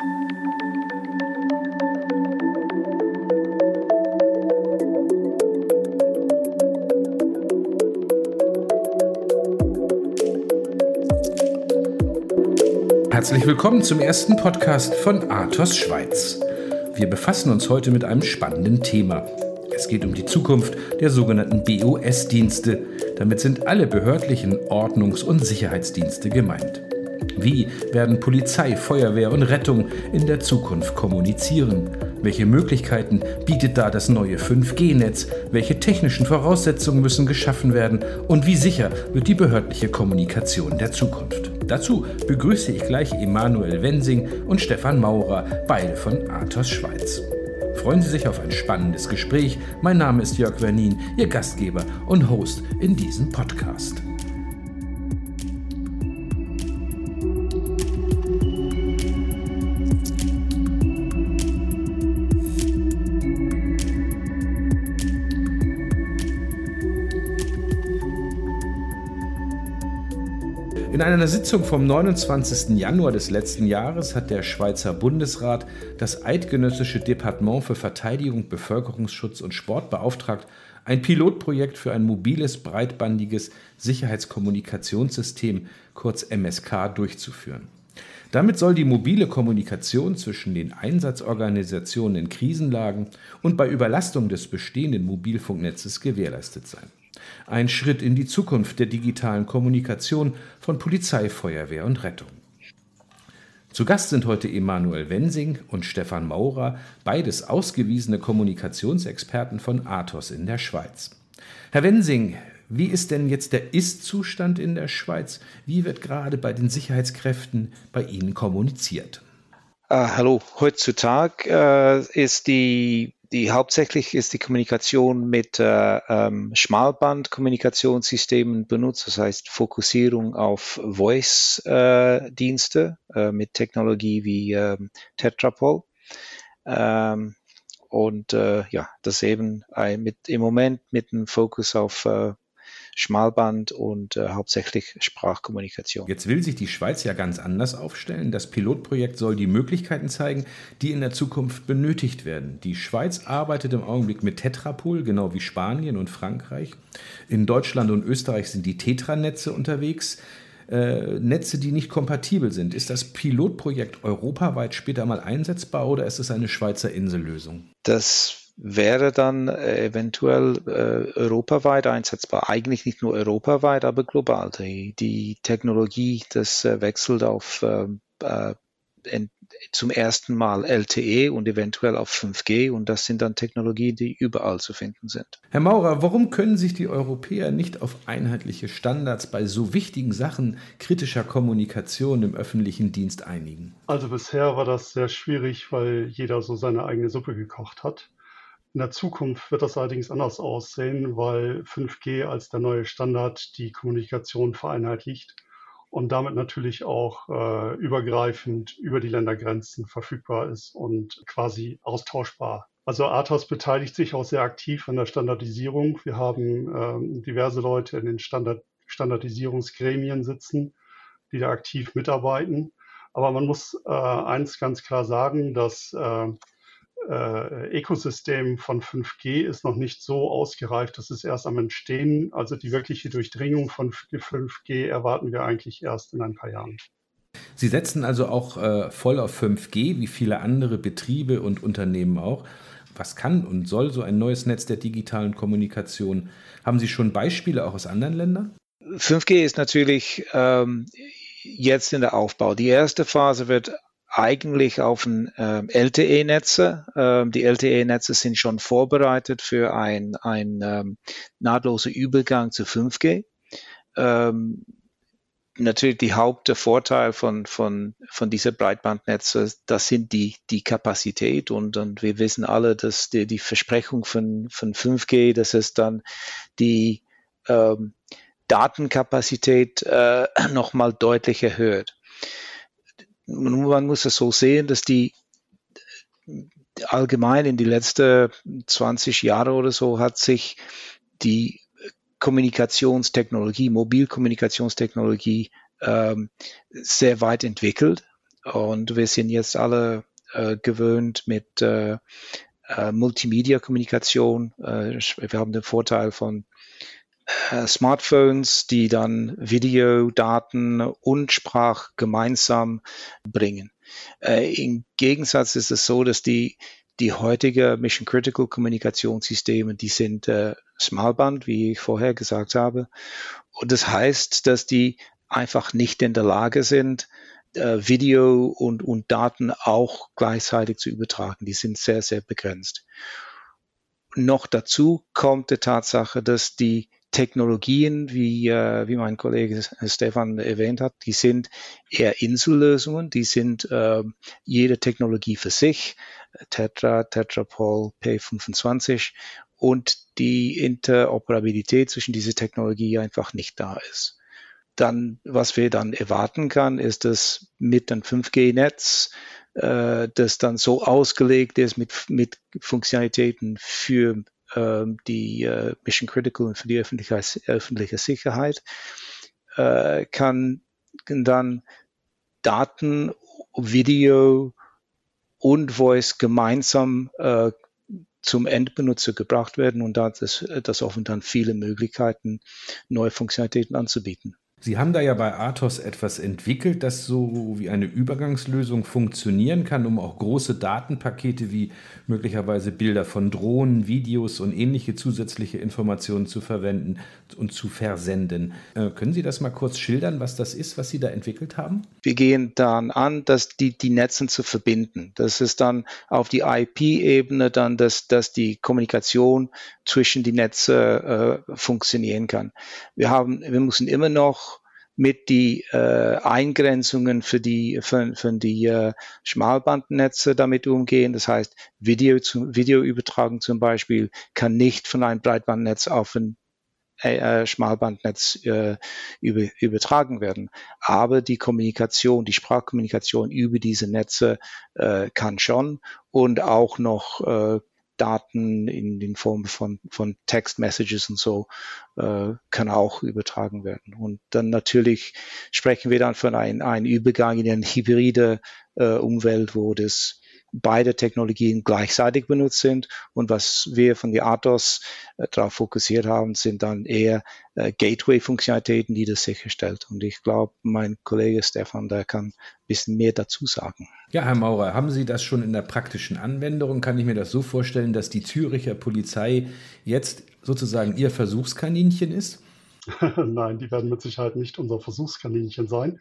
Herzlich willkommen zum ersten Podcast von Athos Schweiz. Wir befassen uns heute mit einem spannenden Thema. Es geht um die Zukunft der sogenannten BOS-Dienste. Damit sind alle behördlichen Ordnungs- und Sicherheitsdienste gemeint. Wie werden Polizei, Feuerwehr und Rettung in der Zukunft kommunizieren? Welche Möglichkeiten bietet da das neue 5G-Netz? Welche technischen Voraussetzungen müssen geschaffen werden? Und wie sicher wird die behördliche Kommunikation der Zukunft? Dazu begrüße ich gleich Emanuel Wensing und Stefan Maurer, beide von Athos Schweiz. Freuen Sie sich auf ein spannendes Gespräch. Mein Name ist Jörg Wernin, Ihr Gastgeber und Host in diesem Podcast. In einer Sitzung vom 29. Januar des letzten Jahres hat der Schweizer Bundesrat das Eidgenössische Departement für Verteidigung, Bevölkerungsschutz und Sport beauftragt, ein Pilotprojekt für ein mobiles, breitbandiges Sicherheitskommunikationssystem, kurz MSK, durchzuführen. Damit soll die mobile Kommunikation zwischen den Einsatzorganisationen in Krisenlagen und bei Überlastung des bestehenden Mobilfunknetzes gewährleistet sein. Ein Schritt in die Zukunft der digitalen Kommunikation von Polizei, Feuerwehr und Rettung. Zu Gast sind heute Emanuel Wensing und Stefan Maurer, beides ausgewiesene Kommunikationsexperten von Athos in der Schweiz. Herr Wensing, wie ist denn jetzt der Ist-Zustand in der Schweiz? Wie wird gerade bei den Sicherheitskräften bei Ihnen kommuniziert? Hallo, heutzutage ist die hauptsächlich ist die Kommunikation mit Schmalband-Kommunikationssystemen benutzt, das heißt Fokussierung auf Voice-Dienste mit Technologie wie Tetrapol. Das eben im Moment mit einem Fokus auf Schmalband und hauptsächlich Sprachkommunikation. Jetzt will sich die Schweiz ja ganz anders aufstellen. Das Pilotprojekt soll die Möglichkeiten zeigen, die in der Zukunft benötigt werden. Die Schweiz arbeitet im Augenblick mit Tetrapol, genau wie Spanien und Frankreich. In Deutschland und Österreich sind die Tetra-Netze unterwegs. Netze, die nicht kompatibel sind. Ist das Pilotprojekt europaweit später mal einsetzbar oder ist es eine Schweizer Insellösung? Das wäre dann eventuell europaweit einsetzbar. Eigentlich nicht nur europaweit, aber global. Die Technologie, das wechselt auf zum ersten Mal LTE und eventuell auf 5G und das sind dann Technologien, die überall zu finden sind. Herr Maurer, warum können sich die Europäer nicht auf einheitliche Standards bei so wichtigen Sachen kritischer Kommunikation im öffentlichen Dienst einigen? Also bisher war das sehr schwierig, weil jeder so seine eigene Suppe gekocht hat. In der Zukunft wird das allerdings anders aussehen, weil 5G als der neue Standard die Kommunikation vereinheitlicht und damit natürlich auch übergreifend über die Ländergrenzen verfügbar ist und quasi austauschbar. Also Athos beteiligt sich auch sehr aktiv an der Standardisierung. Wir haben diverse Leute in den Standardisierungsgremien sitzen, die da aktiv mitarbeiten. Aber man muss eins ganz klar sagen, dass Ökosystem von 5G ist noch nicht so ausgereift, das ist erst am Entstehen. Also die wirkliche Durchdringung von 5G erwarten wir eigentlich erst in ein paar Jahren. Sie setzen also auch voll auf 5G, wie viele andere Betriebe und Unternehmen auch. Was kann und soll so ein neues Netz der digitalen Kommunikation? Haben Sie schon Beispiele auch aus anderen Ländern? 5G ist natürlich jetzt in der Aufbau. Die erste Phase wird eigentlich auf ein LTE-Netze. Die LTE-Netze sind schon vorbereitet für ein nahtloser Übergang zu 5G. Natürlich die Hauptvorteil von dieser Breitbandnetze, das sind die Kapazität und wir wissen alle, dass die Versprechung von 5G, dass es dann die Datenkapazität nochmal deutlich erhöht. Man muss es so sehen, dass die allgemein in die letzten 20 Jahre oder so hat sich die Kommunikationstechnologie, Mobilkommunikationstechnologie sehr weit entwickelt Und wir sind jetzt alle gewöhnt mit Multimedia-Kommunikation. Wir haben den Vorteil von Smartphones, die dann Video, Daten und Sprach gemeinsam bringen. Im Gegensatz ist es so, dass die heutige Mission-Critical-Kommunikationssysteme, die sind Schmalband, wie ich vorher gesagt habe. Und das heißt, dass die einfach nicht in der Lage sind, Video und Daten auch gleichzeitig zu übertragen. Die sind sehr, sehr begrenzt. Noch dazu kommt die Tatsache, dass die Technologien, wie mein Kollege Stefan erwähnt hat, die sind eher Insellösungen, die sind jede Technologie für sich, Tetrapol, P25, und die Interoperabilität zwischen dieser Technologie einfach nicht da ist. Dann, was wir dann erwarten kann, ist, dass mit einem 5G-Netz, das dann so ausgelegt ist mit Funktionalitäten für die Mission Critical und für die öffentliche Sicherheit, kann dann Daten, Video und Voice gemeinsam zum Endbenutzer gebracht werden, und das offen dann viele Möglichkeiten, neue Funktionalitäten anzubieten. Sie haben da ja bei Atos etwas entwickelt, das so wie eine Übergangslösung funktionieren kann, um auch große Datenpakete wie möglicherweise Bilder von Drohnen, Videos und ähnliche zusätzliche Informationen zu verwenden und zu versenden. Können Sie das mal kurz schildern, was das ist, was Sie da entwickelt haben? Wir gehen dann an, dass die Netze zu verbinden. Das ist dann auf die IP-Ebene dann, dass die Kommunikation zwischen die Netze funktionieren kann. Wir müssen immer noch mit die Eingrenzungen für die Schmalbandnetze damit umgehen. Das heißt, Videoübertragung zum Beispiel kann nicht von einem Breitbandnetz auf ein Schmalbandnetz übertragen werden. Aber die Kommunikation, die Sprachkommunikation über diese Netze kann schon, und auch noch Daten in Form von Text-Messages und so kann auch übertragen werden. Und dann natürlich sprechen wir dann von einem Übergang in eine hybride Umwelt, wo das beide Technologien gleichzeitig benutzt sind. Und was wir von der Atos darauf fokussiert haben, sind dann eher Gateway-Funktionalitäten, die das sicherstellt. Und ich glaube, mein Kollege Stefan, der kann ein bisschen mehr dazu sagen. Ja, Herr Maurer, haben Sie das schon in der praktischen Anwendung? Kann ich mir das so vorstellen, dass die Züricher Polizei jetzt sozusagen Ihr Versuchskaninchen ist? Nein, die werden mit Sicherheit nicht unser Versuchskaninchen sein.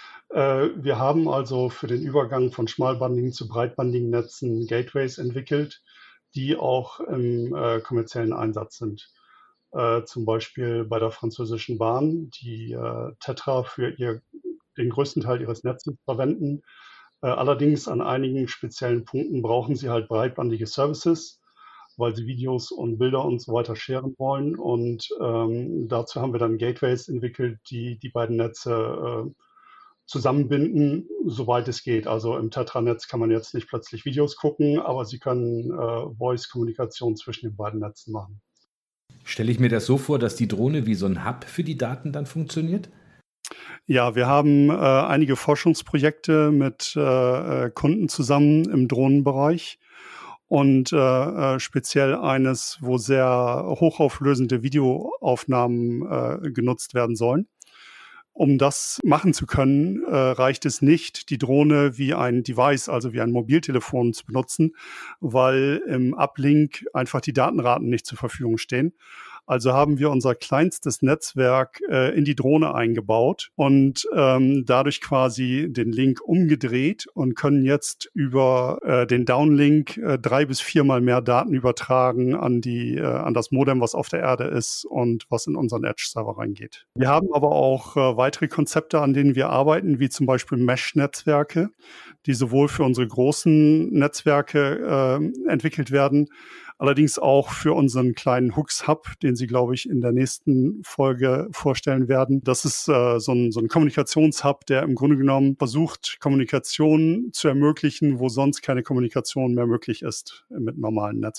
Wir haben also für den Übergang von schmalbandigen zu breitbandigen Netzen Gateways entwickelt, die auch im kommerziellen Einsatz sind. Zum Beispiel bei der französischen Bahn, die Tetra für den größten Teil ihres Netzes verwenden. Allerdings an einigen speziellen Punkten brauchen sie halt breitbandige Services, weil sie Videos und Bilder und so weiter scheren wollen. Und dazu haben wir dann Gateways entwickelt, die die beiden Netze zusammenbinden, soweit es geht. Also im Tetra-Netz kann man jetzt nicht plötzlich Videos gucken, aber Sie können Voice-Kommunikation zwischen den beiden Netzen machen. Stelle ich mir das so vor, dass die Drohne wie so ein Hub für die Daten dann funktioniert? Ja, wir haben einige Forschungsprojekte mit Kunden zusammen im Drohnenbereich und speziell eines, wo sehr hochauflösende Videoaufnahmen genutzt werden sollen. Um das machen zu können, reicht es nicht, die Drohne wie ein Device, also wie ein Mobiltelefon zu benutzen, weil im Uplink einfach die Datenraten nicht zur Verfügung stehen. Also haben wir unser kleinstes Netzwerk in die Drohne eingebaut und dadurch quasi den Link umgedreht und können jetzt über den Downlink 3 bis 4 Mal mehr Daten übertragen an das Modem, was auf der Erde ist und was in unseren Edge-Server reingeht. Wir haben aber auch weitere Konzepte, an denen wir arbeiten, wie zum Beispiel Mesh-Netzwerke, die sowohl für unsere großen Netzwerke entwickelt werden, allerdings auch für unseren kleinen Hooks-Hub, den Sie, glaube ich, in der nächsten Folge vorstellen werden. Das ist so ein Kommunikationshub, der im Grunde genommen versucht, Kommunikation zu ermöglichen, wo sonst keine Kommunikation mehr möglich ist mit normalen Netzwerken.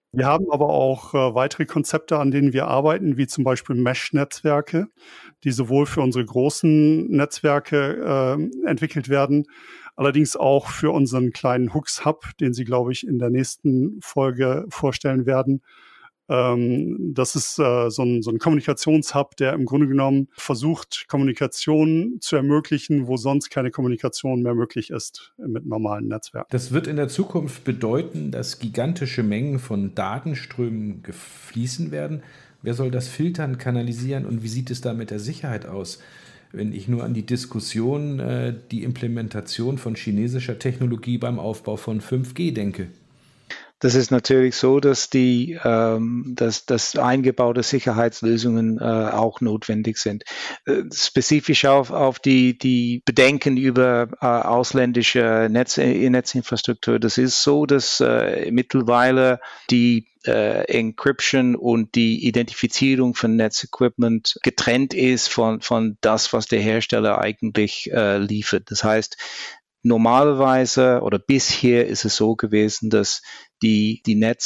Wir haben aber auch weitere Konzepte, an denen wir arbeiten, wie zum Beispiel Mesh-Netzwerke, die sowohl für unsere großen Netzwerke entwickelt werden, allerdings auch für unseren kleinen Hooks-Hub, den Sie, glaube ich, in der nächsten Folge vorstellen werden. Das ist so ein Kommunikationshub, der im Grunde genommen versucht, Kommunikation zu ermöglichen, wo sonst keine Kommunikation mehr möglich ist mit normalen Netzwerken. Das wird in der Zukunft bedeuten, dass gigantische Mengen von Datenströmen fließen werden. Wer soll das filtern, kanalisieren und wie sieht es da mit der Sicherheit aus? Wenn ich nur an die Diskussion, die Implementation von chinesischer Technologie beim Aufbau von 5G denke. Das ist natürlich so, dass dass eingebaute Sicherheitslösungen auch notwendig sind. Spezifisch auf die Bedenken über ausländische Netzinfrastruktur. Das ist so, dass mittlerweile die Encryption und die Identifizierung von Netzequipment getrennt ist von das, was der Hersteller eigentlich liefert. Das heißt, normalerweise oder bisher ist es so gewesen, dass die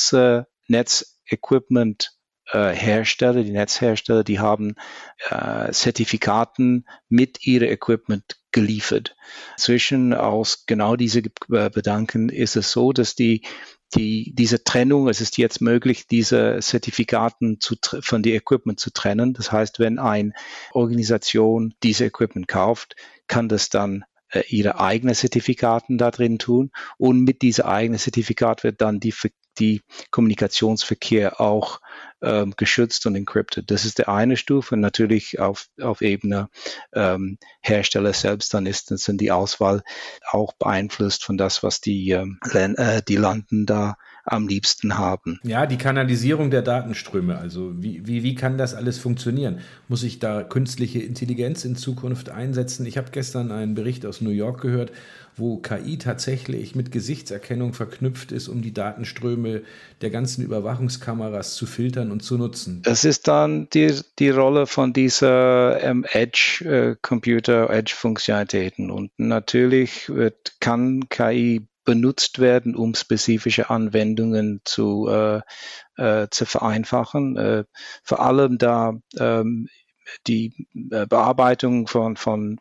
Netzequipment Hersteller, die Netzhersteller, die haben Zertifikaten mit ihrem Equipment geliefert. Inzwischen aus genau diese Bedenken ist es so, dass diese Trennung, es ist jetzt möglich, diese Zertifikaten von dem Equipment zu trennen. Das heißt, wenn eine Organisation diese Equipment kauft, kann das dann ihre eigenen Zertifikaten da drin tun und mit dieser eigenen Zertifikat wird dann die Kommunikationsverkehr auch geschützt und encrypted. Das ist die eine Stufe und natürlich auf Ebene Hersteller selbst, dann sind die Auswahl auch beeinflusst von das, was die Landen da am liebsten haben. Ja, die Kanalisierung der Datenströme, also wie kann das alles funktionieren? Muss ich da künstliche Intelligenz in Zukunft einsetzen? Ich habe gestern einen Bericht aus New York gehört, wo KI tatsächlich mit Gesichtserkennung verknüpft ist, um die Datenströme der ganzen Überwachungskameras zu filtern und zu nutzen. Es ist dann die Rolle von dieser Edge-Computer, Edge-Funktionalitäten und natürlich kann KI benutzt werden, um spezifische Anwendungen zu vereinfachen. Vor allem da die Bearbeitung von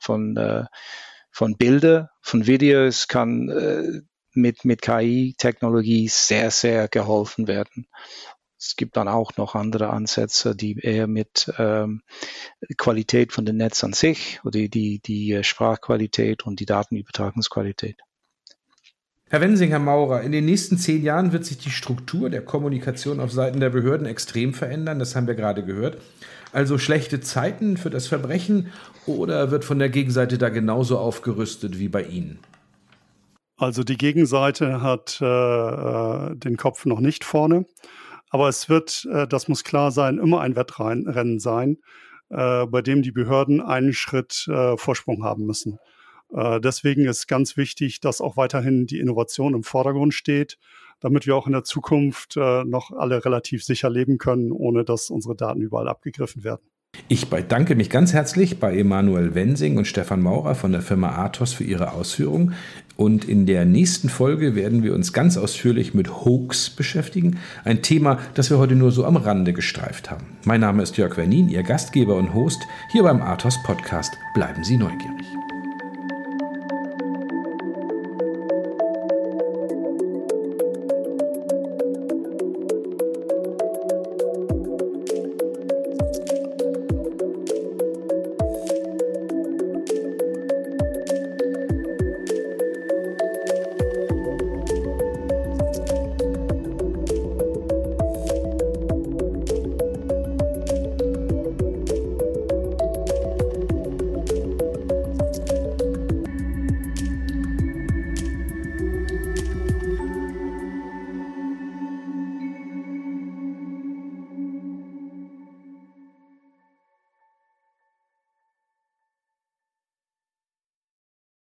Bilder, von Videos kann mit KI-Technologie sehr, sehr geholfen werden. Es gibt dann auch noch andere Ansätze, die eher mit Qualität von dem Netz an sich oder die Sprachqualität und die Datenübertragungsqualität. Herr Wensing, Herr Maurer, in den nächsten 10 Jahren wird sich die Struktur der Kommunikation auf Seiten der Behörden extrem verändern, das haben wir gerade gehört. Also schlechte Zeiten für das Verbrechen oder wird von der Gegenseite da genauso aufgerüstet wie bei Ihnen? Also die Gegenseite hat den Kopf noch nicht vorne, aber es wird, das muss klar sein, immer ein Wettrennen sein, bei dem die Behörden einen Schritt Vorsprung haben müssen. Deswegen ist ganz wichtig, dass auch weiterhin die Innovation im Vordergrund steht, damit wir auch in der Zukunft noch alle relativ sicher leben können, ohne dass unsere Daten überall abgegriffen werden. Ich bedanke mich ganz herzlich bei Emanuel Wensing und Stefan Maurer von der Firma Athos für ihre Ausführungen. Und in der nächsten Folge werden wir uns ganz ausführlich mit Hoax beschäftigen. Ein Thema, das wir heute nur so am Rande gestreift haben. Mein Name ist Jörg Wernin, Ihr Gastgeber und Host hier beim Athos Podcast. Bleiben Sie neugierig.